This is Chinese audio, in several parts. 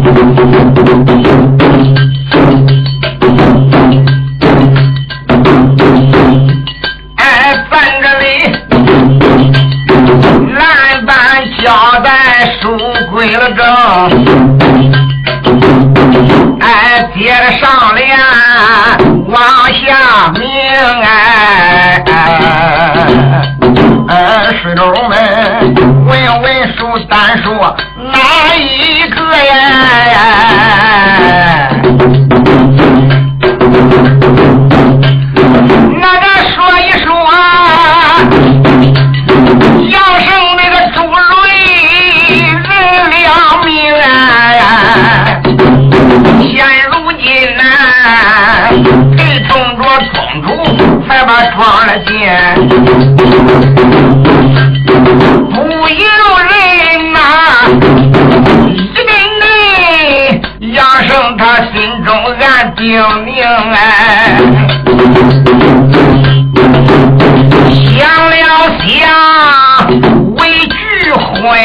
咱这里蓝板交代书归了正，接着上联往下明水手们问问书单说哪一个呀？那个说一说杨生那个朱瑞人两命现如今被同着庄主才把装了进，不由人一人内杨生他心中暗定明想了想为聚会，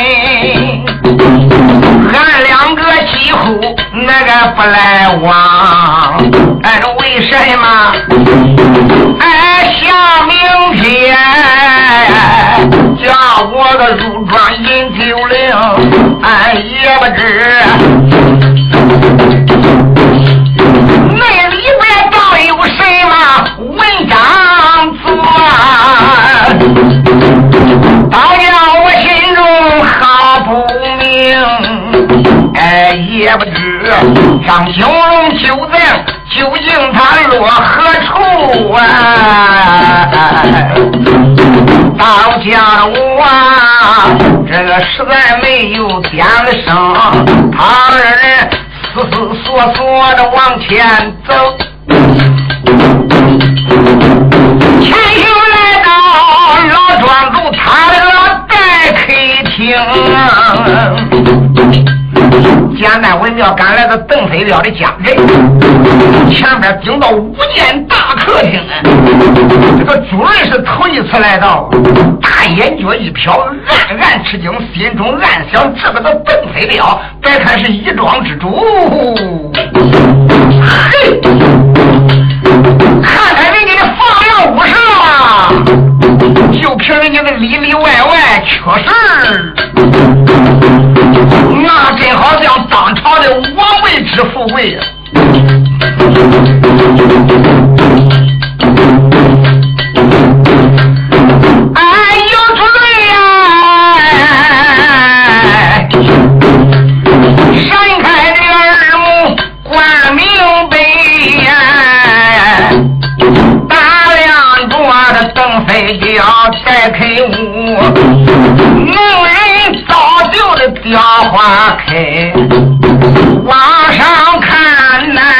俺两个几乎那个不来往，为什么？下明天叫我的入庄引酒令，也不知那里边倒有什么文章做，倒叫我心中好不明，也不知张小龙就在究竟他落何处到家我这个实在没有点了声，他人思思索索的往前走，前行来到老庄主他的老待客厅，简单文庙赶来的邓飞庙的家人，前边顶到5间大客厅，这个主人是头一次来到，大眼角一瞟，暗暗吃惊，心中暗想：这个的邓飞庙别看是一庄之主，嘿，看看人家的放量武士啊，就凭人家的里里外外，确实那真好像当朝的王位之富贵呀！有主人闪开这个耳目观明白大量着的邓飞就要再开屋，能人早就的雕花开，往上看呐，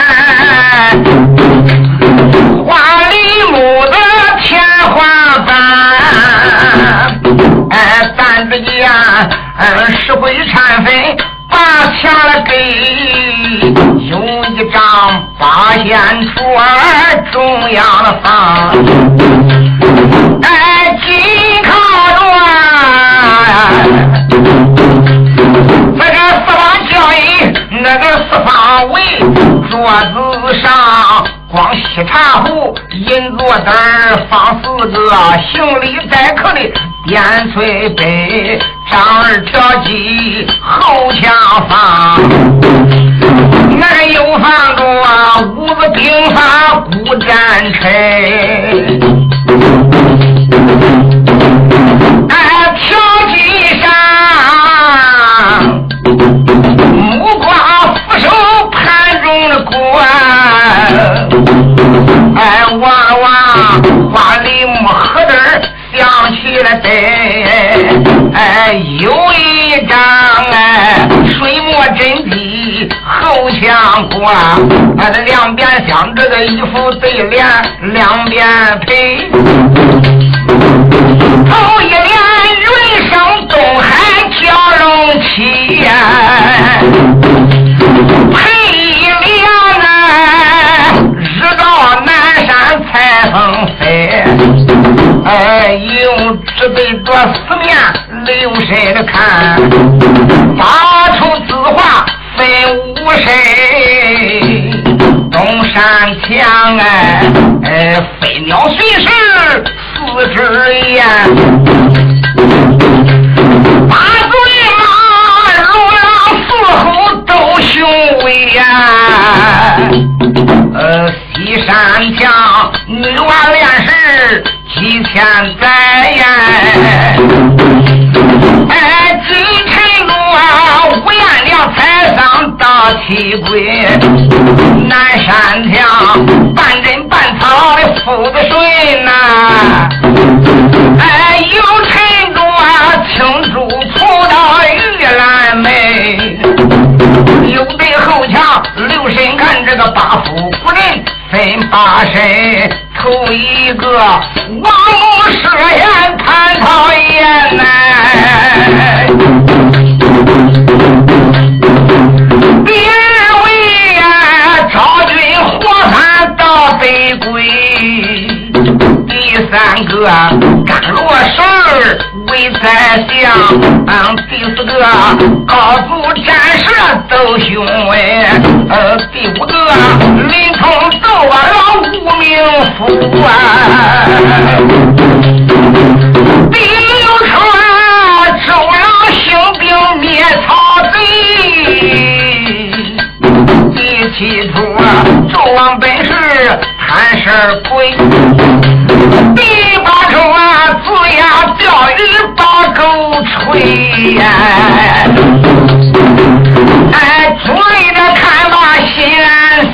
花梨木的天花板，咱这家石灰掺粉把钱了给，有一张八仙桌中央的房，紧靠着这个四方交易那个四方位，桌子上光西茶壶银座灯放4个，行李待客的点翠杯，张二条鸡后墙放，那个又放着5个兵法古战锤，条机上木瓜扶手盘中的官，望望花梨木盒子想起了有一张水墨真迹后墙挂，两边镶着的一副对联，两边配，头一联人生东海蛟龙旗配一联日照南山彩虹飞，用纸对着四面留神的看，发出字画飞谁？东山墙飞鸟随时四只眼，八嘴马如狼四虎都雄伟呀。西山墙女娲炼石几千载呀。金城中吴彦良才上到七鬼，南山墙半真半草的夫子水呐。有城中青珠出到玉兰梅，有对后墙留神看这个八夫夫人分八身，头一个王母设宴蟠桃宴呐。第二位昭君活翻到北归，第三个甘罗绳为宰相，第四个高祖战士都雄伟，第五个临潼斗老无名夫第六个周郎兴兵灭曹贼，第七出纣王本是贪事鬼，第八出子牙钓鱼把狗吹呀。嘴着看吧心安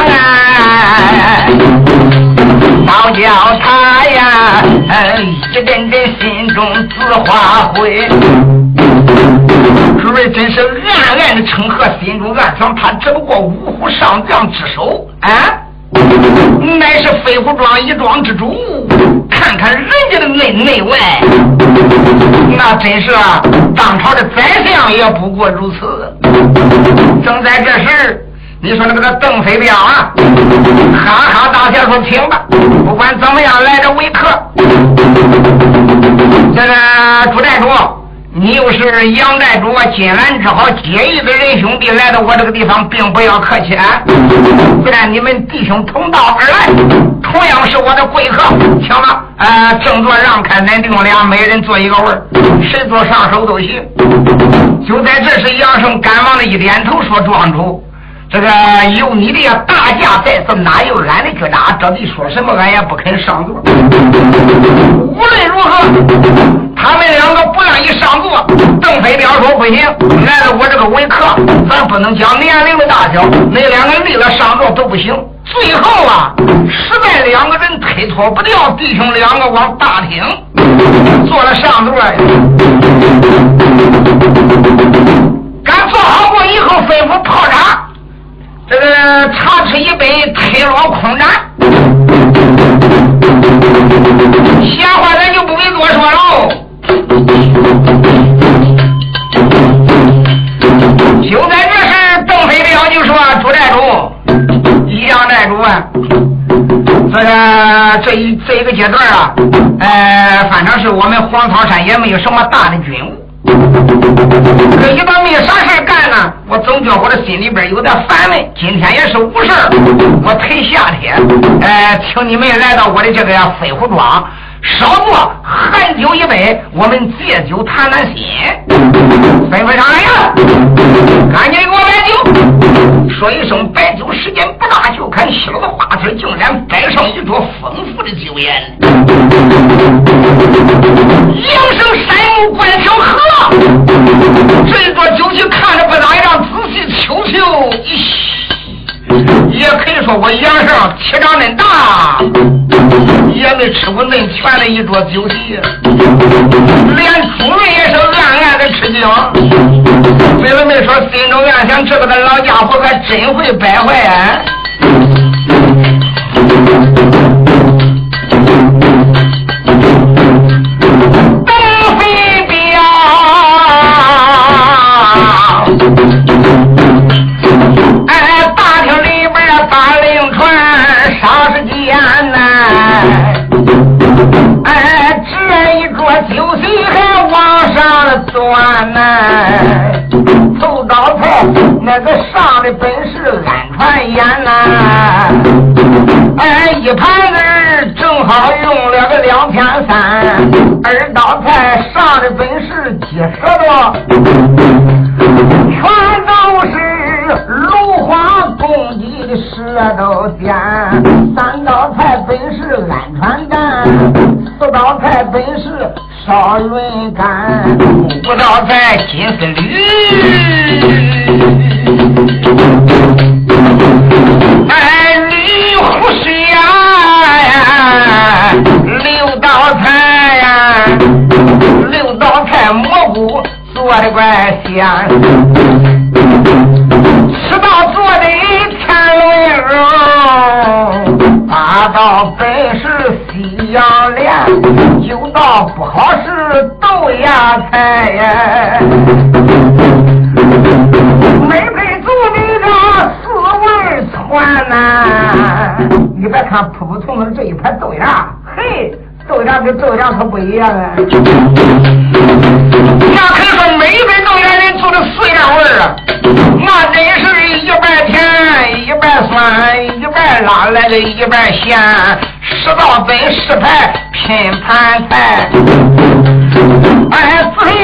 详倒叫他呀一阵阵心中自化灰。诸位真是暗暗的称贺，心中暗想，他只不过五虎上将之首乃是飞虎庄一庄之主，看看人家的内外，那真是当朝的宰相也不过如此。正在这时，你说那个邓飞彪哈哈大笑说：“请吧，不管怎么样来这为客。这个朱寨主，你又是杨寨主，金兰之好结义的人兄弟来到我这个地方，并不要客气既然你们弟兄同道而来，同样是我的贵客，请吧。正坐让开，恁弟兄俩每人坐一个位儿，谁坐上手都行。”就在这时，杨胜赶忙的一点头说：“庄主，这个有你的大驾在此，哪有俺的局长？这里说什么俺也不肯上座。无论如何，他们两个不愿意上座。邓飞彪说不行，来了我这个为客，咱不能讲年龄的大小，那两个立了上座都不行。最后实在两个人推脱不掉，弟兄两个往大厅坐了上座。刚坐好过以后，吩咐泡茶。这个茶吃一杯，推落空盏。闲话咱就不必多说喽。就在这时，邓飞彪就说：“朱寨主，杨寨主这一个阶段反正是我们黄草山也没有什么大的军务。这一般没啥事干呢，我总觉我的心里边有点烦闷。今天也是无事，我忒夏天，请你们来到我的这个飞虎庄，少做寒酒一杯，我们借酒谈谈心。吩咐上来呀，赶紧给我摆酒。说一声摆酒，时间不大，就看西楼的花腿竟然摆上一桌丰富的酒宴。杨生山目观条河，这桌酒席看着不咋样，仔细瞅瞅，也可以说我杨生气长恁大，也没吃过恁全的一桌酒席，连主人也是暗暗的吃惊。为了没说，心中暗想，这个老家伙还真会摆坏邓飞彪大厅里边把令传啥时间这一桌酒席还往上钻头到头那个上的本是俺传言呐，一盘子正好用了个2300，二道菜上的本是几十多，全都是芦花公鸡的舌头尖，三道菜本是鹌鹑蛋，四道菜本是烧润干，五道菜金丝驴，驴胡须呀，六道菜呀，六道菜蘑菇做的怪香，吃到做的天伦肉，八道本是西洋莲，九道不好是豆芽菜呀，每配做的个四味窜呐，你别看普普通通这一盘豆芽，嘿，豆芽跟豆芽可不一样啊。那可以说每一杯豆芽人做的4样味儿啊，那真是一半甜一半酸一半辣来的一半咸，10道本10盘拼盘菜，四平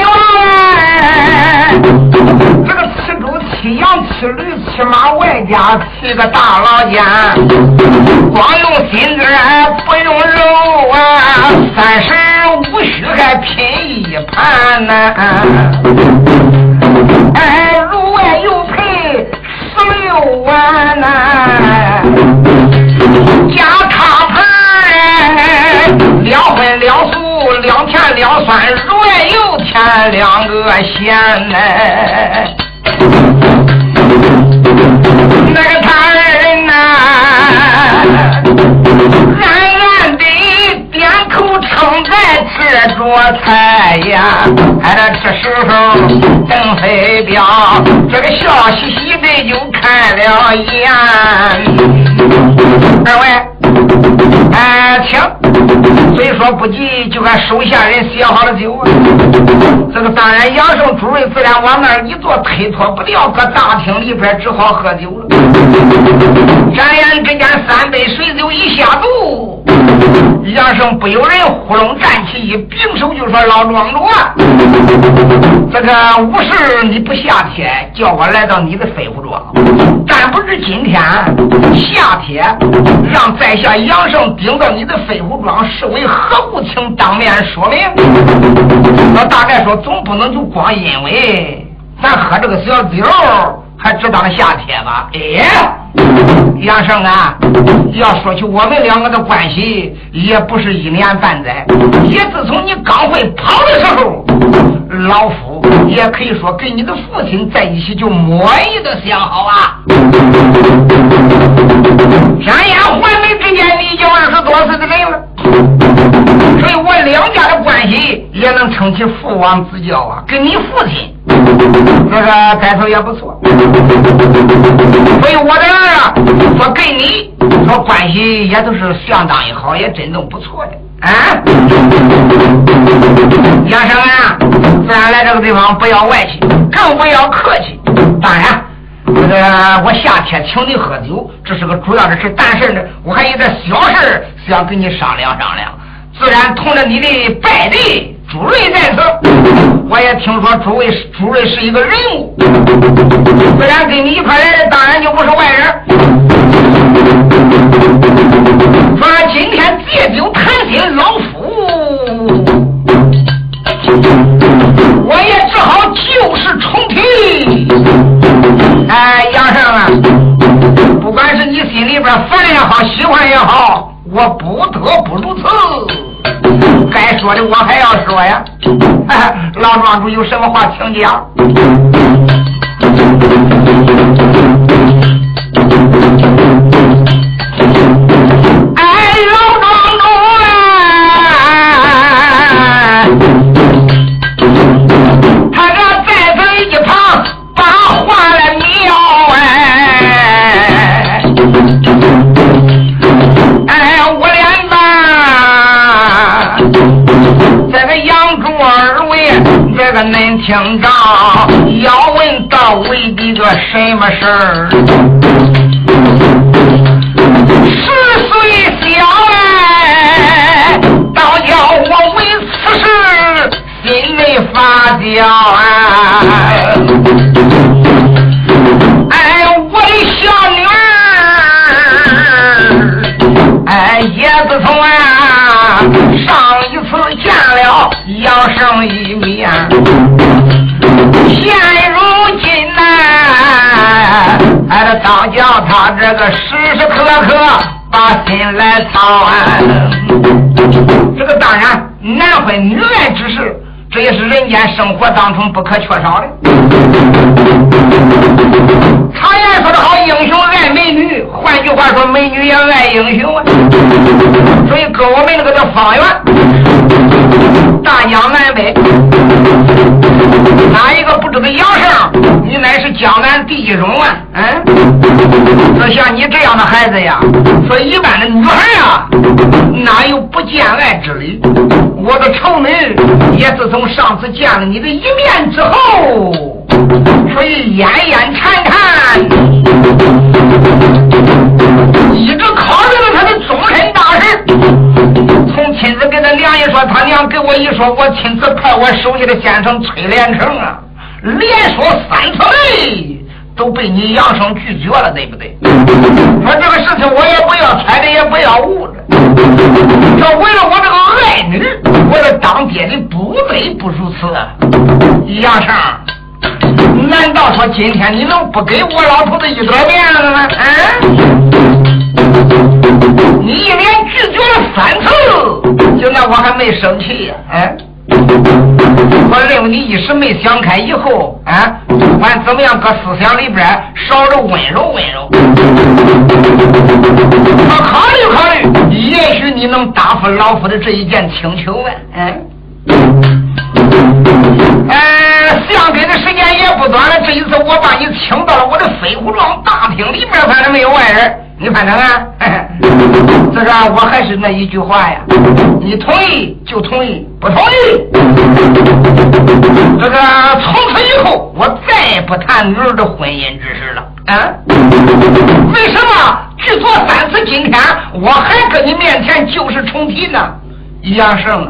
这个7猪7羊7驴7马外加7个大老家，光用心子不用肉啊，35须还拼一盘呢，入外又配16万呢，加插盆2荤2素2甜2酸，入外又添2个咸呢，那个他人呐，暗暗地点口称在这桌菜呀，这时候邓飞彪这个笑嘻嘻的就看了眼，二位请，虽说不急，就看手下人写好了酒啊。这个当然杨胜主任自然往那儿一坐，推脱不掉，搁大厅里边只好喝酒了。转眼之间3杯水酒一下肚，杨胜不由人呼隆站起，一并手就说：“老庄主啊，这个无事你不下帖，叫我来到你的飞虎庄，但不知今天下帖让在下杨胜顶到你的飞虎庄，是为何故？请当面说明。”我大概说，总不能就光因为咱喝这个小酒还只当下帖吧？杨胜啊，要说起我们2个的关系，也不是1年半载，也自从你刚会跑的时候，老夫也可以说跟你的父亲在一起就莫一的相好啊。转眼还没之间，你已经20多岁的人了，所以我2家的关系也能称其父王之交啊，跟你父亲这个该头也不错，所以我的儿啊，说跟你说关系也都是相当一好，也真都不错的啊。杨生啊，自然来这个地方不要外气，更不要客气。当然这个我下帖请你喝酒，这是个主要的事，但是呢，我还有点小事想跟你商量商量。自然同着你的拜弟朱瑞在此，我也听说朱瑞是一个人物，自然跟你一块来，当然就不是外人。说今天借酒谈心，老夫我也只好旧事重提。杨胜啊，不管是你心里边烦也好，喜欢也好，我不得不如此。该说的我还要说呀。老庄主有什么话请讲。老庄主他这在这一旁把话来瞄我连吧这个杨朱二位这这个恁听着，要问到为的个什么事儿？10岁小哎，倒叫我为此事心内发焦啊！哎，我的小女儿，哎，也自从啊上一次见了杨生一面，现如今呢，哎，倒叫他这个时时刻刻把心来操这个当然男婚女爱之事，这也是人间生活当中不可缺少的。常言说的好，英雄爱美女，换句话说，美女也爱英雄啊。所以搁我们那个叫方圆大江南北，哪一个不知道杨胜？你乃是江南第一种啊！说像你这样的孩子呀，说一般的女孩呀，哪有不见爱之理？我的仇人也自从上次见了你的一面之后，所以眼眼馋馋，一直考虑了他的终身大事。从亲自跟他娘一说，他娘给我一说，我亲自派我手下的先生崔连成啊，连说3次没，都被你杨生拒绝了，对不对？说这个事情我也不要猜的，也不要误着。这为了我这个爱女，我的当爹的不得不如此啊！杨生，难道说今天你能不给我老头子一点面子吗？你一连拒绝了3次，就那我还没生气呀？我认为你一时没想开，以后不管怎么样，搁思想里边少着温柔温柔。我考虑考虑，也许你能答复老夫的这一件请求啊！相给的时间也不短了，这一次我把你请到了我的飞虎庄大厅里边，反正没有外人，你反正这是我还是那一句话呀，你同意就同意，不同意这个从此以后我再也不谈女儿的婚姻之事了。为什么据说3次今天我还跟你面前旧事重提呢？杨胜，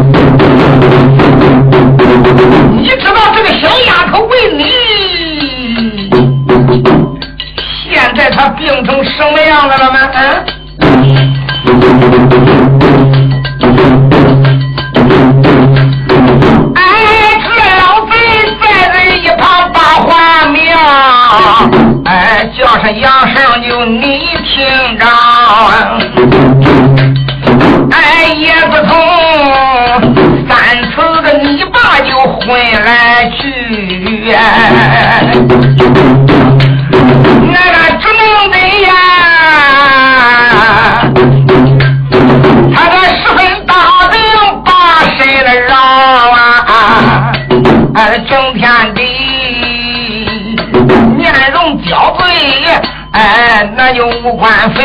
你知道这个小丫头为你现在她病成什么样子了吗？这老贼在这一旁把话苗，叫声杨胜就你听着。也不从3次的你爸就回来去那个只能的呀，他这10分大病把谁来饶啊？整天的面容娇贵，那就无关分，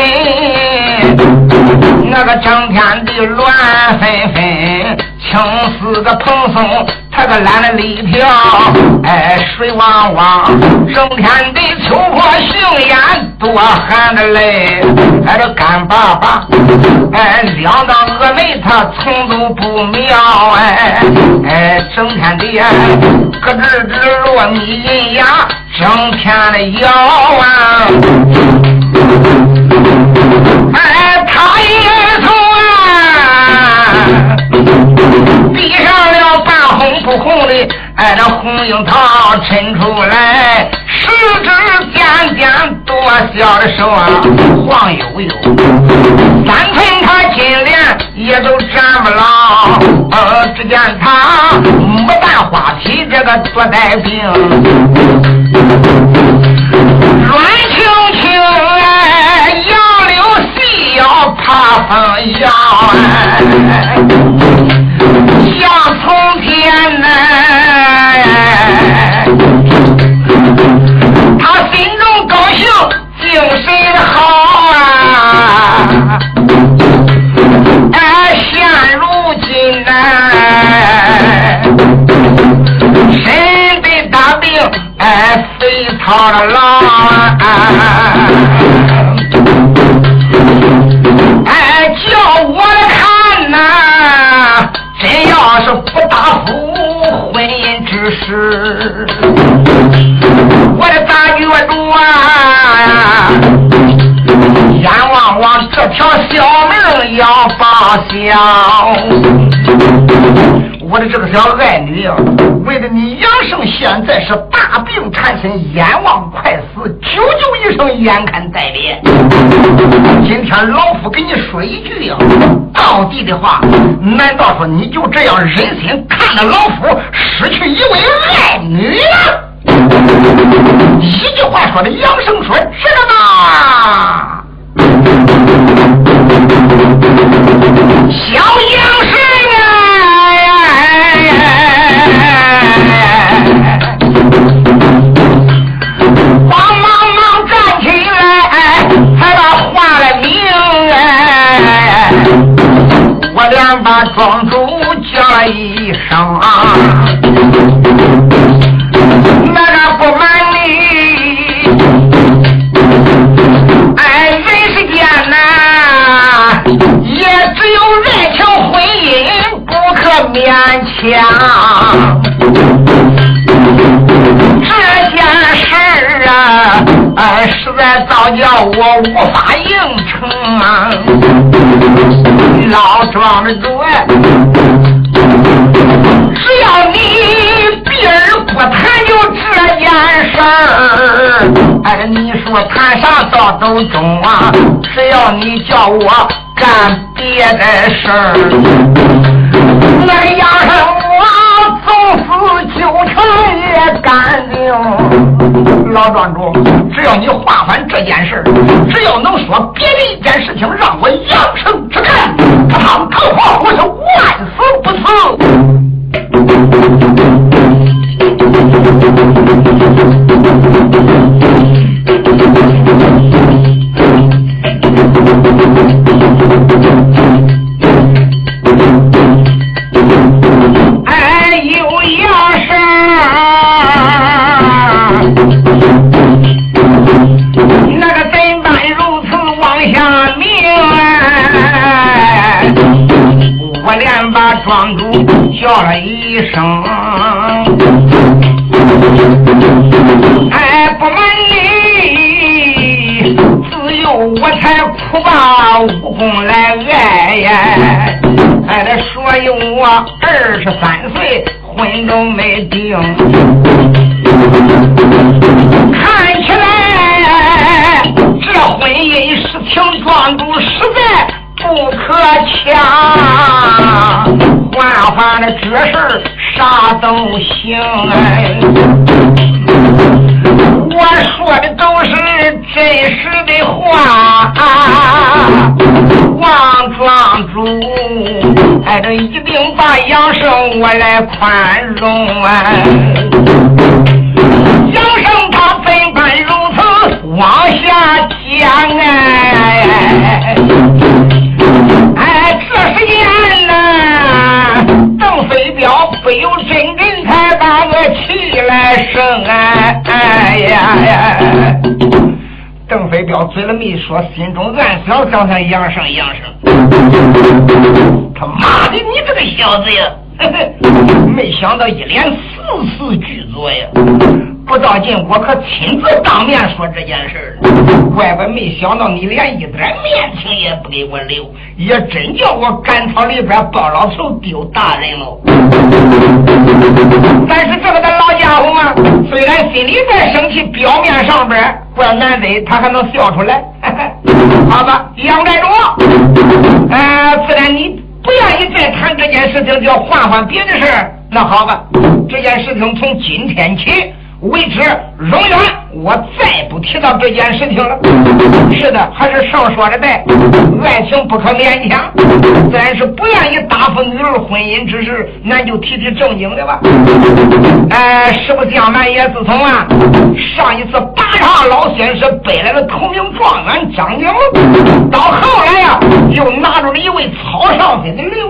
那个整天的乱纷纷，青丝个蓬松，他个懒了里条，水汪汪，整天的秋波熊眼，多寒的嘞，这干巴巴，两道峨眉他从都不妙，整天的咯吱吱糯米银牙，整天的摇啊，他也从闭上了半红不红的，这红樱桃抻出来，十指尖尖多小的手啊，晃悠悠，3寸他金莲也都沾不牢，只见他牡丹花体这个多带病，软青青杨柳细腰怕风摇，像从天他心中高兴，精神好啊！现如今了牢叫我来看呐，真要是不答复婚姻之事，我的大觉着阎王王这条小命要报销。我的这个小爱女啊，为了你杨生现在是大病缠身，阎王快死，救救一声，眼看待脸。今天老夫给你说一句啊，到底的话，难道说你就这样忍心看着老夫失去一位爱女了？一句话说的，杨生说是的呢。小杨生慌忙忙站起来，才把话了明我俩把庄主叫了一声那个不瞒你，人世间呐，也只有爱情婚姻不可勉强。这件事实在早叫我无法应承老庄主只要你避而不谈就这件事儿你说谈啥道都中只要你叫我干别的事儿那样我纵死9成也干净。老庄主，只要你划翻这件事，只要能说别的一件事情让我扬声之看，这趟可话我是万死不辞。有样事那个怎般如此往下明我连把庄主叫了一声不瞒你只有我才苦把武功来爱呀所以我23岁婚都没定看起来这婚姻事情庄主实在不可强换的这事啥都行我说的都是真实的话王庄主这一定把杨生我来宽容杨生他怎般如此往下讲这时间呢邓飞彪不由真真才把个气来生邓飞彪嘴了没说，心中暗想想想杨生他妈的你这个小子呀没想到一连4次拒绝呀不到近我可亲自当面说这件事怪不没想到你连一点面情也不给我留也真叫我赶草里边包老头丢大人了但是这个的老家伙虽然心里在生气表面上边怪难得他还能笑出来好吧杨寨主自然你不愿意再谈这件事情就换别的事那好吧这件事情从今天起为止永远我再不提到这件事情了是的还是上说的对爱情不可勉强咱是不愿意答复女儿婚姻之事那就提正经的吧实不相瞒也自从上一次拔上老先生背来了头名状元张景到后来又拿住了一位草上飞的刘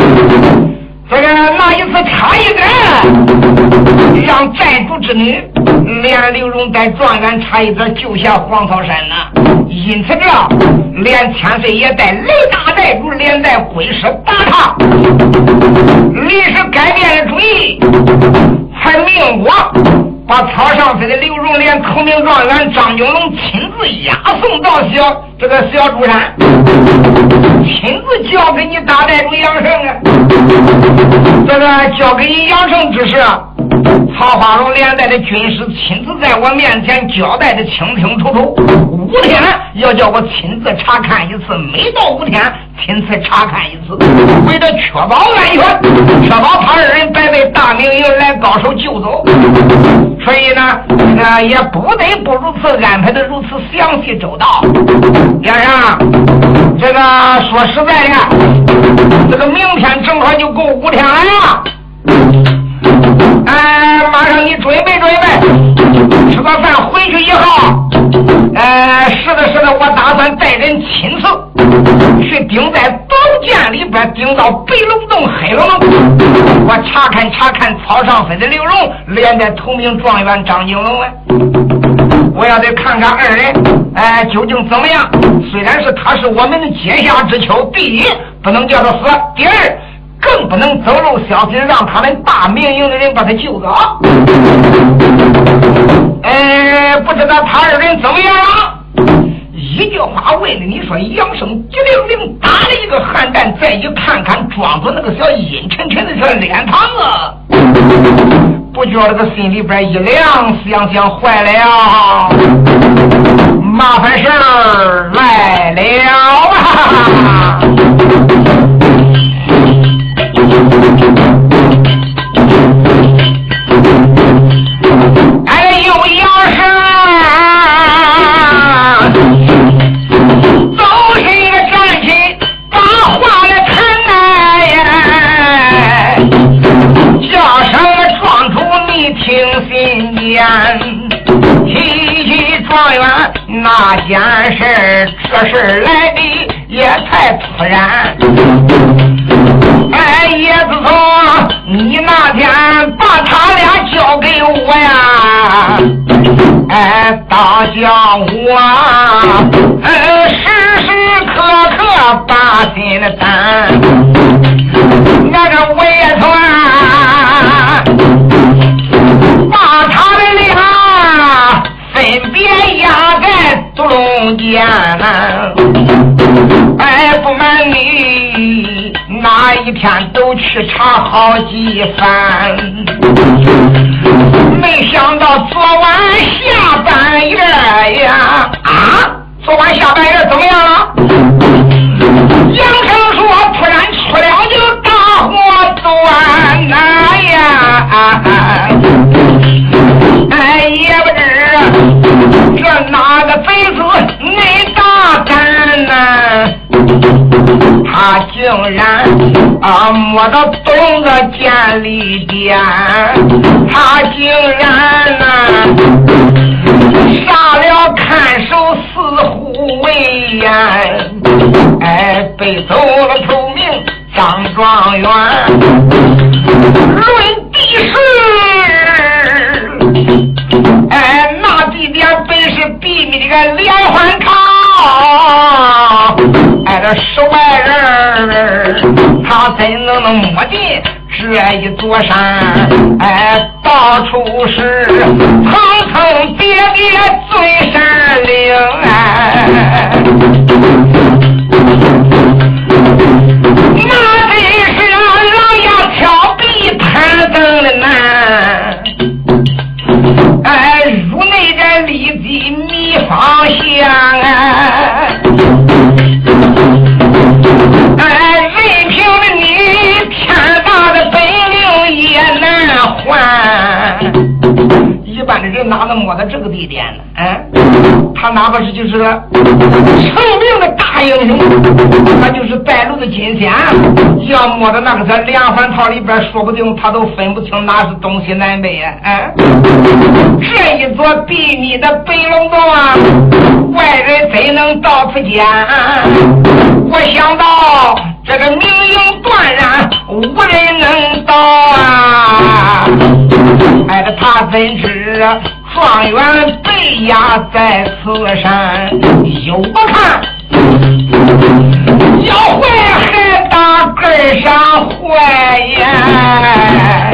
龙这个那一次差一点让债主之女连刘荣带状元差一子救下黄草山呐。因此这连千岁也带雷大寨主连带归师打他，临时改变了主意，还命我把草上飞的刘荣连头名状元张景龙亲自押送到小珠山，亲自交给你大寨主杨胜啊。这个交给你杨胜之事，曹花荣连带的军师亲自在我面前交代的清清楚楚，5天要叫我亲自查看一次，每到5天亲自查看一次，为了确保安全，确保他2人别被大明营来高手救走。所以呢，也不得不如此安排的如此详细周到。先生，这个说实在的，这个明天正好就够5天了呀。马上你准备准备，吃个饭回去以后，是的，我打算带人亲自去顶在宝剑里边，顶到北龙洞、黑龙洞，我查看草上飞的刘荣，连带头名状元张景龙啊，我要得看看2人，究竟怎么样。虽然是他是我们的阶下之囚，第一不能叫他死，第二更不能走漏消息，让他们大明营的人把他救走。不知道他2人怎么样了？一句话问了，你说杨生机灵灵打了一个寒战，再一看看装作那个小阴沉沉的小脸庞啊，不觉得个心里边一凉，想坏了呀，麻烦事儿来了啊！那件事，这事来的也太突然。叶子松，你那天把他俩交给我呀，当叫我时时刻刻把心的担。那个我也算把他们俩分别压在独龙间，不瞒你，那一天都去查好几番，没想到昨晚下半夜呀，昨晚下半夜怎么样了？杨生说突然出了一个大火端呀，也不知这哪个贼子没大胆呢？他竟然摸到东个监里边，他竟然杀了看守4护卫呀，被走了头名张状元，论地势。那地点本是秘密这个连环套，这守外人他怎能摸进这一座山？到处是层层叠叠最山岭，那真是狼牙挑鼻攀登的难。入内的立即迷方向任凭了你天大的本领也难还。一般的人哪能摸到这个地点呢？他哪怕是就是个成名的大英雄，他就是带路的金仙，要摸到那个在连环套里边，说不定他都分不清哪是东西南北呀！这一座秘密的北龙洞啊，外人怎能到此间？我想到这个明营断然，无人能到啊！他怎知状元被压在此山，有不看要坏还打根上坏呀！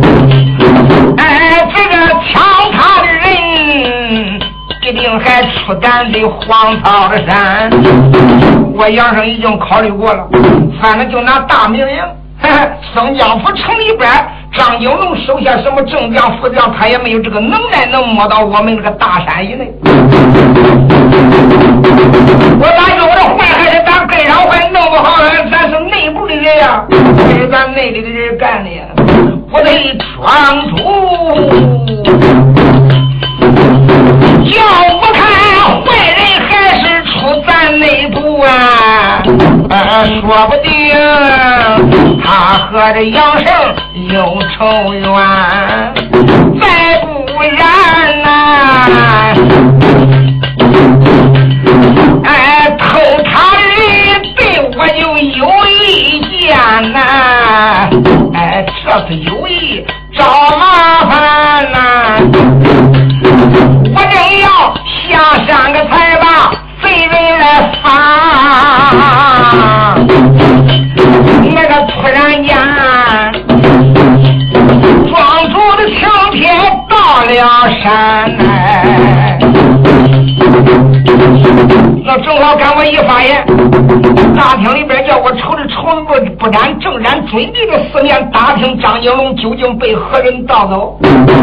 这个抢他的人一定还出咱的荒草的山。我杨生已经考虑过了，反正就拿大名营松江府城里边张景龙手下什么正将副将，他也没有这个能耐能摸到我们这个大山以内。我打有的坏还是咱根上坏，弄不好咱是内部的人呀，这是咱内里的人干的呀。我得庄主要不看坏人还是出咱内部啊，说不定他和这杨胜有仇怨，再不然呐，偷他人对我就有意见呐，这是有意找麻烦呐，我正要下山个财吧，贼人来发，那个突然间庄主的请帖到了山来，那正好赶我一发言，大厅里边叫我瞅着瞅不然正然准备着四面打听张景龙究竟被何人盗走。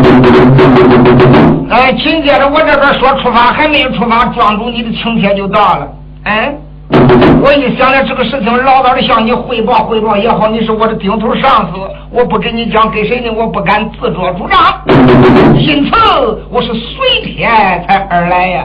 紧接着我这边说出发，还没有出发，庄主你的请帖就到了。我一想着这个事情老早的向你汇报也好，你是我的顶头上司，我不跟你讲给谁呢，我不敢自作主张，因此我是随天才而来呀。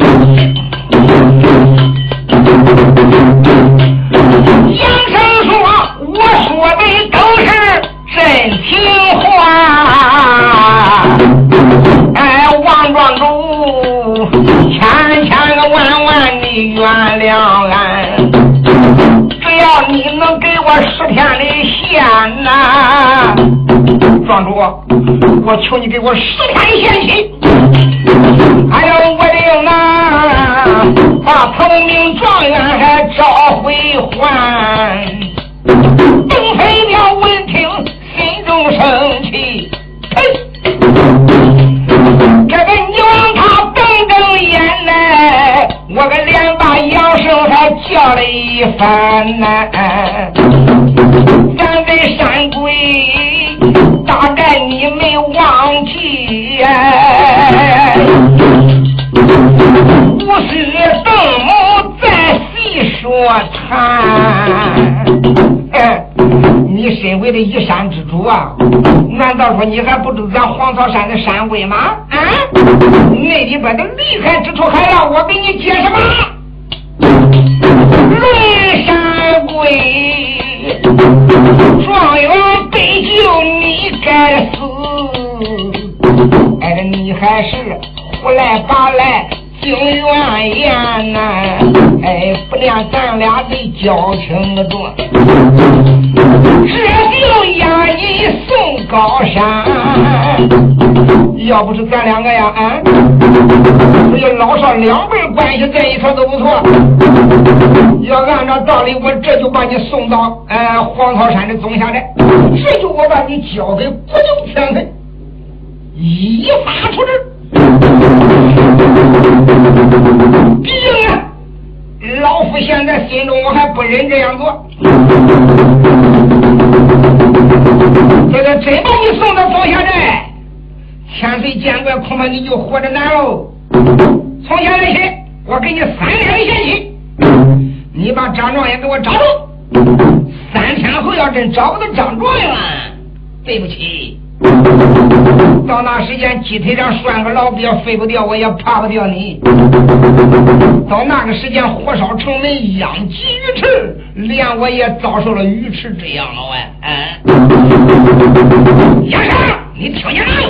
杨生说我说的都是真情话，王庄主千个万你原谅俺，只要你能给我10天的限呐，庄主我求你给我10天限期，还有我的呐把同名状元还找回还。邓飞鸟闻听心中生气，这个你让他瞪眼来，我个连把杨生还叫了一番呐。咱在山鬼大概你没忘记无需邓某再细说谈。你身为的一山之主啊，难道说你还不知咱黄草山的山鬼吗？那里边的厉害之处还让我给你解释吗？论山鬼状元被救你该死，你还是胡来八来经怨言呐，不亮咱俩的交情的多，这就让你送高山。要不是咱两个呀，这个老少两辈关系在一块都不错。要按照道理，我这就把你送到黄草山的总下寨，这就我把你交给国舅天妃，一发出之。毕竟啊，老夫现在心中我还不忍这样做。这个真把你送到总下寨，千岁见怪，恐怕你就活着难喽。从现在起，我给你3天的限期，你把张状元给我找住。3天后要真找不到张状元，对不起，到那时间鸡腿上拴个老鳖，飞不掉我也爬不掉你。到那个时间火烧城门，殃及鱼池，连我也遭受了鱼池这样了杨生，你听见了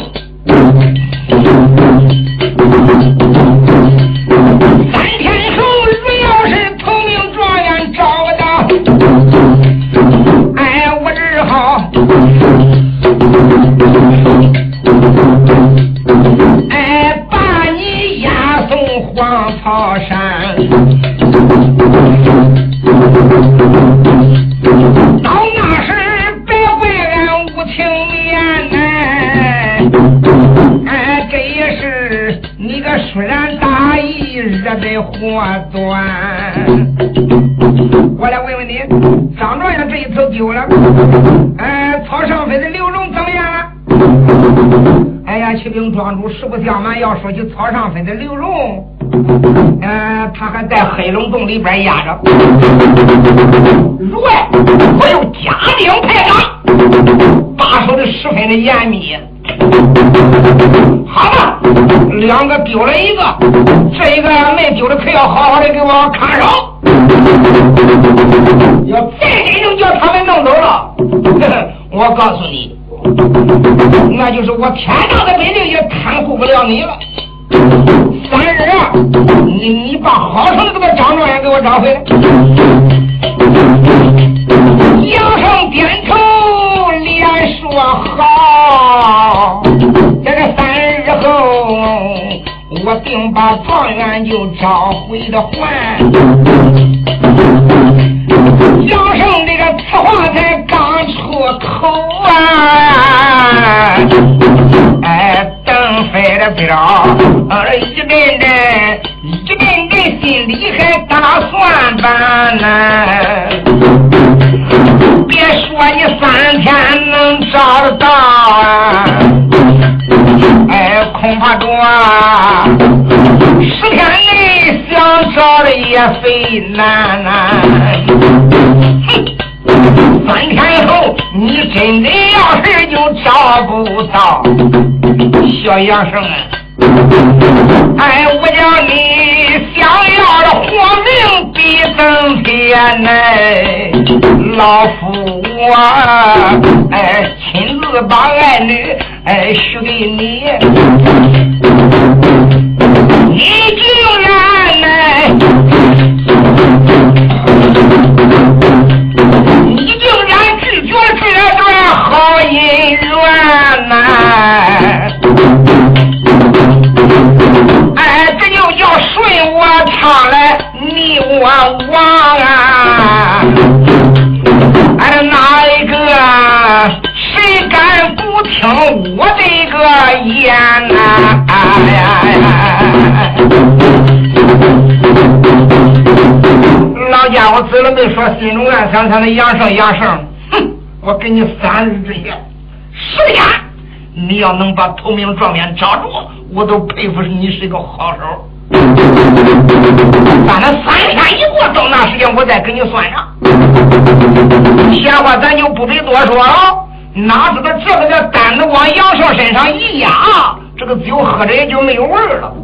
？3天后如要是同名状元找不到，我只好靠山。到那时别怪俺无情面哎，这也是你个虽然大意惹得祸端。我来问问你，张状元这一次丢了，曹尚飞的刘荣怎么样了？哎呀，骑兵庄主实不相瞒，要说起曹尚飞的刘荣，他还在黑龙洞里边压着。如外，我有加兵派长，把守的十分的严密。好吧，两个丢了一个，这一个没丢的可要好好的给我看守。要再真正叫他们弄走了，我告诉你，那就是我天大的本领也看护不了你了。3日啊，你把好生的这个张状元给我找回来。杨胜点头连说好，这个3日后我定把状元就找回的还。杨胜这个此话才刚出口啊，邓飞的表一阵心里还打算办呢。别说你3天能找得到啊，恐怕着10天内想找的也费难呐。3天后你真的要是就找不到，小杨生啊，我叫你想要的活命比登天老夫我亲自把爱女许给你，你竟然拒绝这段好姻缘这就叫顺我唱来逆我忘啊！哪一个谁敢不听我这个言老家伙嘴了没说，心中暗想他的杨胜，哼！我给你3日之前10天，你要能把头名状元找住，我都佩服你是一个好手。反正3天一过，到那时间我再给你算账。闲话咱就不必多说了，哪知道这个的单子往杨胜身上一压，这个酒喝着也就没有味儿了。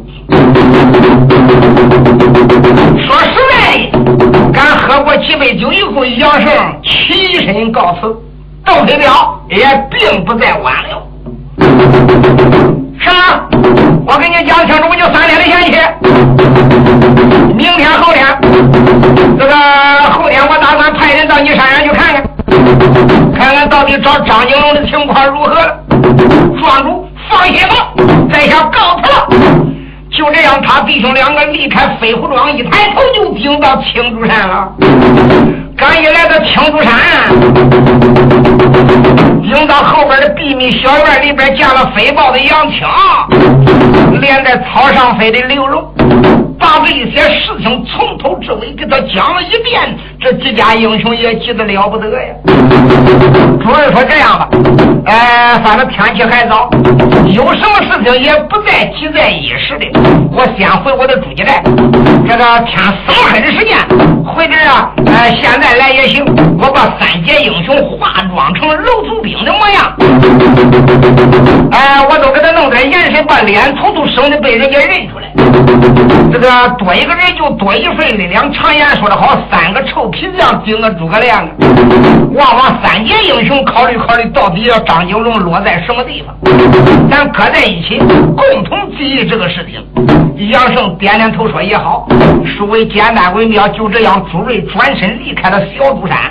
说实在，敢喝过几杯酒以后，杨胜起身告辞，邓飞彪也并不再晚了。是啊，我跟你讲清楚，我就3天的限期。明天后天，这个后天我打算派人到你山上去看看到底找张景龙的情况如何了。庄主放心吧，在下告辞了。就这样，他弟兄2个离开飞虎庄，一抬头就顶到青竹山了。刚一来到青竹山，顶到后边的秘密小院里边，见了飞豹的杨青，连带曹尚飞的刘荣，把这一些事情从头至尾给他讲了一遍。这几家英雄也急得了不得呀。主任说这样吧，反正天气还早，有什么事情也不再急在一时的。我先回我的住家寨，这个天3黑的时间回这啊，现在来也行。我把3杰英雄化妆成楼族兵的模样，我都给他弄点眼神，把脸头都省得被人家认出来。这个多一个人就多一份力量。常言说得好，3个臭皮匠顶个诸葛亮。往往3杰英雄考虑考虑，到底要张景龙落在什么地方，咱搁在一起共同记忆这个事情。杨胜点点头说也好，殊为简单为妙。就这样，朱瑞转身离开了小竹山，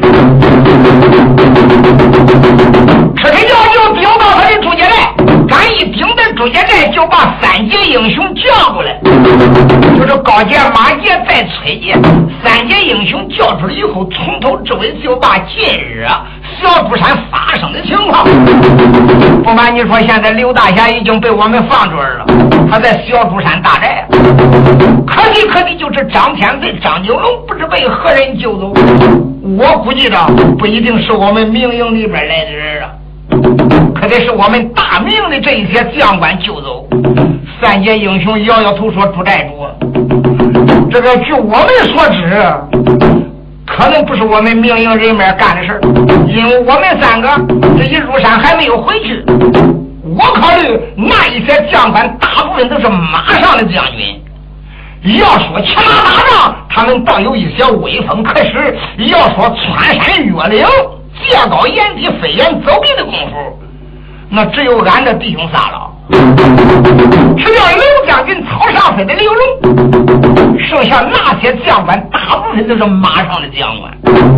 赤腿脚就顶到他的住家来，敢一顶在朱家寨就把三杰英雄叫过来，就是高杰、马杰在崔杰，三杰英雄叫出来以后，从头至尾就把近日小珠山发生的情况。不瞒你说，现在刘大侠已经被我们放准了，他在小珠山大寨。可的就是张天贼、张九龙，不知被何人救走。我估计着不一定是我们明营里边来的人啊，可得是我们大明的这一些将官救走。三杰英雄摇摇头说：“朱寨主，这个据我们所知，可能不是我们明营人面干的事，因为我们三个这一入山还没有回去。我考虑那一些将官大部分都是马上的将军。要说骑马打仗，他们倒有一些威风，可是要说穿山越岭、借高沿低、飞檐走壁的功夫，那只有俺的弟兄仨了。只要刘将军草上飞的刘龙，剩下那些将官大部分都是马上的将官。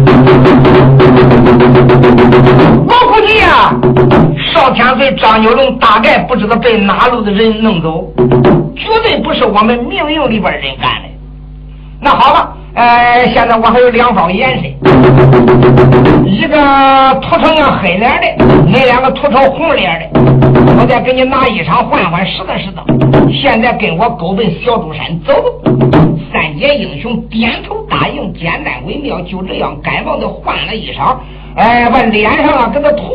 我估计啊，少天贼张九龙大概不知道被哪路的人弄走，绝对不是我们明营里边人干的。那好吧，现在我还有两方眼神，一个涂成样黑脸的，那两个涂成红脸的，我再给你拿衣裳换换，拾掇拾掇。现在跟我狗奔小珠山走走。三杰英雄点头答应，简单微妙，就这样赶忙的换了衣裳，把脸上给他涂。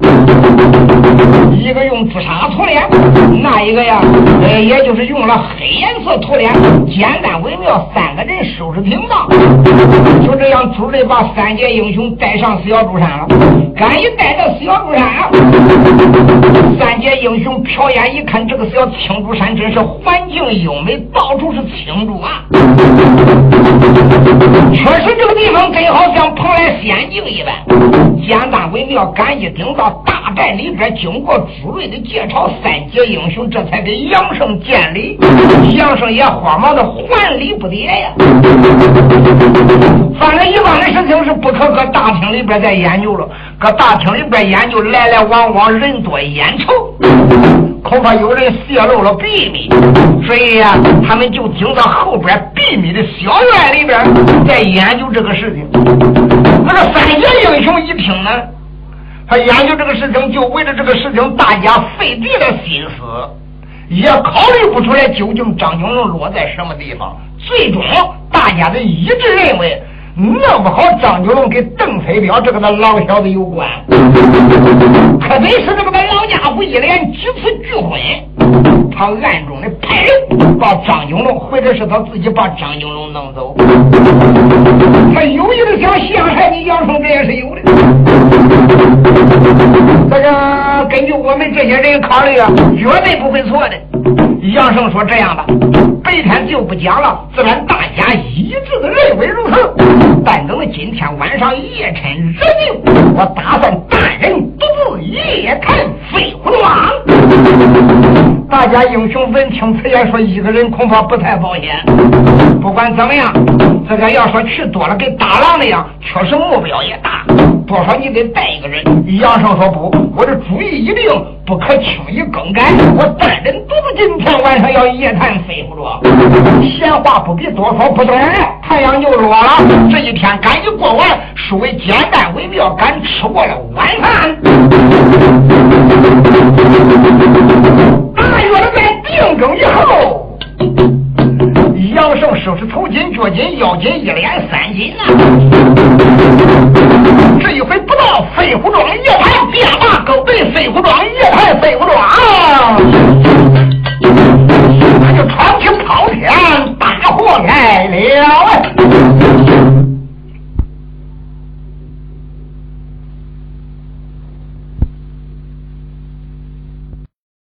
一个用朱砂涂脸，那一个呀，也就是用了黑颜色涂脸，简单微妙，三个人收拾挺当。就这样，主人把三杰英雄带上小珠山了。刚一带到小珠山，三杰英雄瞟眼一看，这个小青竹山真是环境优美，到处是青竹啊。确实这个地方真好像蓬莱仙境一般。简单微妙，赶一顶到大寨里边，经过朱瑞的介绍，三杰英雄这才给杨胜见礼。杨胜也慌忙的还礼不迭呀。反正以往的事情是不可搁大厅里边再研究了，搁大厅里边研究来来往往，人多眼稠，恐怕有人泄露了秘密，所以呀，他们就进到后边秘密的小院里边在研究这个事情。那个三杰英雄一听呢，他研究这个事情，就为了这个事情大家费尽了心思，也考虑不出来究竟张九龙落在什么地方。最终大家的一致认为，弄不好张九龙跟邓飞彪这个的老小子有关，可得是这个的老家伙一连几次聚会，他暗中的派人把张九龙，或者是他自己把张九龙弄走，他有意的想陷害你杨胜，这也是有的。这个根据我们这些人考虑啊，绝对不会错的。杨胜说：“这样吧，白天就不讲了，自然大家一致的认为如此。但等今天晚上夜深人静，我打算单人独自夜探飞虎庄。”大家英雄闻听此言，说一个人恐怕不太保险。不管怎么样，这个要说去多了跟大郎那样，确实目标也大，多少你得带一个人。杨胜说：“不，我的主意一定不可轻易更改，我单人独自今天晚上要夜探飞虎庄。”闲话不必多说，不等人太阳就落了，这一天赶紧过完，属为简单为妙，赶吃过了晚饭。大约在定更以后，杨胜收拾头巾、脚巾、腰巾，一连3斤啊！这一回不到飞虎庄夜探，便把狗奔飞虎庄夜探飞虎庄。